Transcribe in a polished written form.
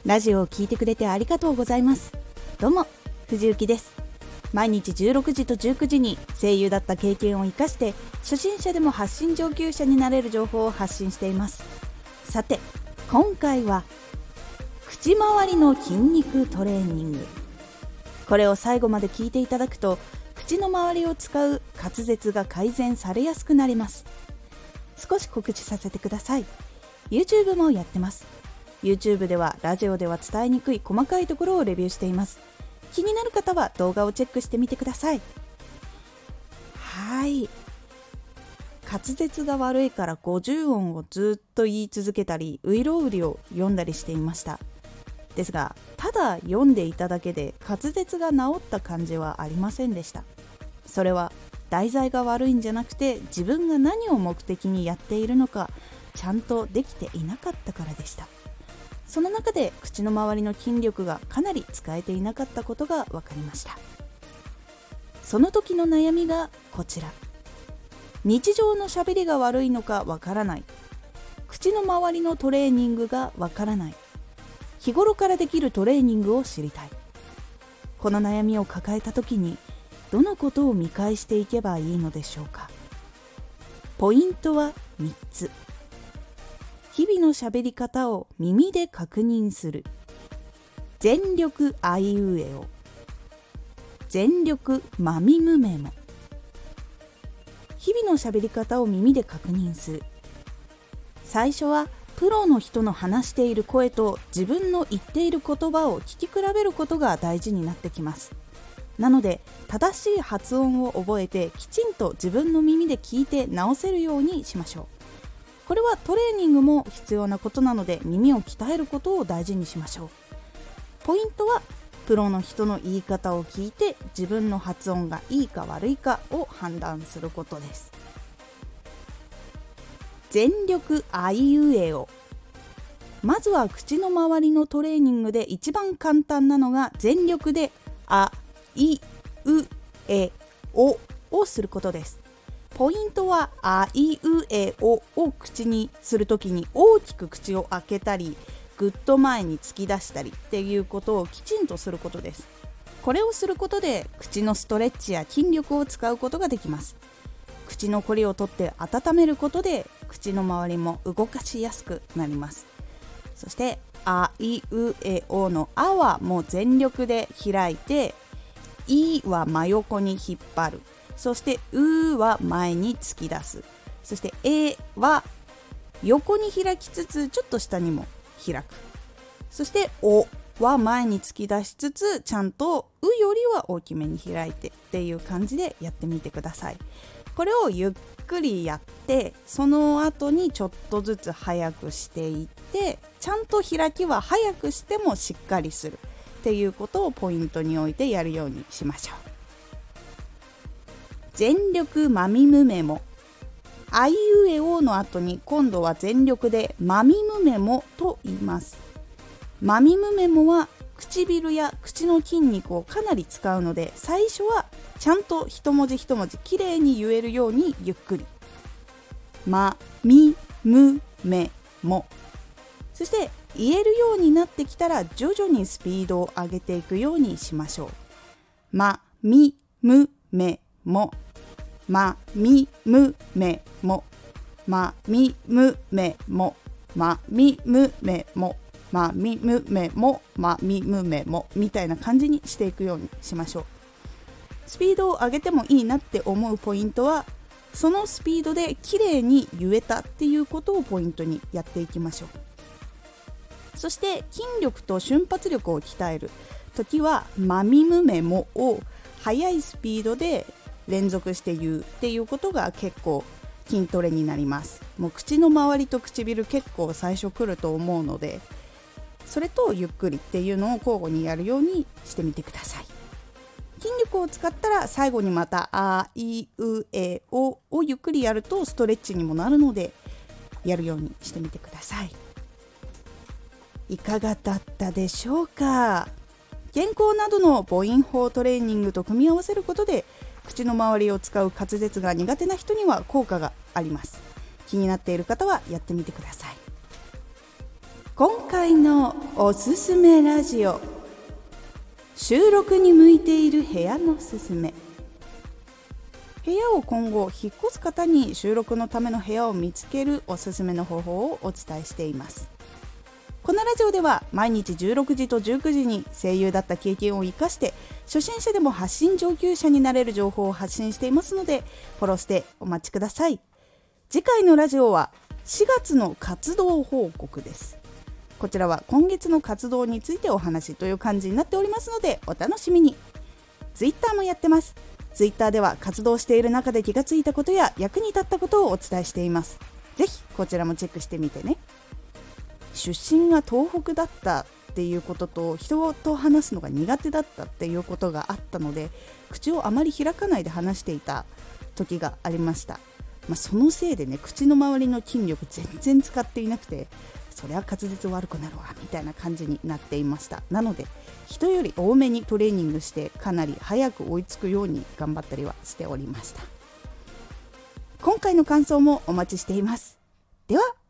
ラジオを聞いてくれてありがとうございます。どうも藤幸です。毎日16時と19時に声優だった経験を生かして初心者でも発信上級者になれる情報を発信しています。さて今回は口周りの筋肉トレーニング、これを最後まで聞いていただくと口の周りを使う滑舌が改善されやすくなります。少し告知させてください。 YouTube もやってます。 YouTube ではラジオでは伝えにくい細かいところをレビューしています。気になる方は動画をチェックしてみてください。はい、滑舌が悪いから50音をずっと言い続けたりういろうりを読んだりしていました。ですがただ読んでいただけで滑舌が治った感じはありませんでした。それは題材が悪いんじゃなくて自分が何を目的にやっているのかちゃんとできていなかったからでした。その中で口の周りの筋力がかなり使えていなかったことが分かりました。その時の悩みがこちら。日常のしゃべりが悪いのかわからない、口の周りのトレーニングがわからない、日頃からできるトレーニングを知りたい。この悩みを抱えた時にどのことを見返していけばいいのでしょうか。ポイントは3つ。日々のしゃべり方を耳で確認する。全力あいうえお。全力まみむめも。日々のしゃべり方を耳で確認する。最初はプロの人の話している声と自分の言っている言葉を聞き比べることが大事になってきます。なので正しい発音を覚えてきちんと自分の耳で聞いて直せるようにしましょう。これはトレーニングも必要なことなので耳を鍛えることを大事にしましょう。ポイントはプロの人の言い方を聞いて自分の発音がいいか悪いかを判断することです。全力あいうえお。まずは口の周りのトレーニングで一番簡単なのが全力であいうえおをすることです。ポイントはあいうえおを口にするときに大きく口を開けたりぐっと前に突き出したりっていうことをきちんとすることです。これをすることで口のストレッチや筋力を使うことができます。口のこりを取って温めることで口の周りも動かしやすくなります。そしてあいうえおのあはもう全力で開いて、いは真横に引っ張る、そしてうは前に突き出す、そしてえは横に開きつつちょっと下にも開く、そしておは前に突き出しつつちゃんとうよりは大きめに開いてっていう感じでやってみてください。これをゆっくりやってその後にちょっとずつ早くしていってちゃんと開きは早くしてもしっかりするっていうことをポイントに置いてやるようにしましょう。全力まみむめも。あいうえおの後に今度は全力でまみむめもと言います。まみむめもは唇や口の筋肉をかなり使うので最初はちゃんと一文字一文字きれいに言えるようにゆっくり。まみむめも。そして言えるようになってきたら徐々にスピードを上げていくようにしましょう。まみむめも。まみむめも。まみむめも。まみむめも。まみむめも。まみむめもみたいな感じにしていくようにしましょう。スピードを上げてもいいなって思うポイントはそのスピードできれいに言えたっていうことをポイントにやっていきましょう。そして筋力と瞬発力を鍛えるときはまみむめもを速いスピードで連続して言うっていうことが結構筋トレになります。もう口の周りと唇結構最初来ると思うのでそれとゆっくりっていうのを交互にやるようにしてみてください。筋力を使ったら最後にまたあいうえおをゆっくりやるとストレッチにもなるのでやるようにしてみてください。いかがだったでしょうか。原稿などの母音法トレーニングと組み合わせることで口の周りを使う滑舌が苦手な人には効果があります。気になっている方はやってみてください。 今回のおすすめラジオ、収録に向いている部屋のすすめ。部屋を今後引っ越す方に収録のための部屋を見つけるおすすめの方法をお伝えしています。このラジオでは毎日16時と19時に声優だった経験を生かして初心者でも発信上級者になれる情報を発信していますので、フォローしてお待ちください。次回のラジオは4月の活動報告です。こちらは今月の活動についてお話という感じになっておりますので、お楽しみに。ツイッターもやってます。ツイッターでは活動している中で気がついたことや役に立ったことをお伝えしています。ぜひこちらもチェックしてみてね。出身が東北だったっていうことと、人と話すのが苦手だったっていうことがあったので、口をあまり開かないで話していた時がありました。そのせいでね、口の周りの筋力全然使っていなくて、そりゃ滑舌悪くなるわみたいな感じになっていました。なので人より多めにトレーニングして、かなり早く追いつくように頑張ったりはしておりました。今回の感想もお待ちしています。では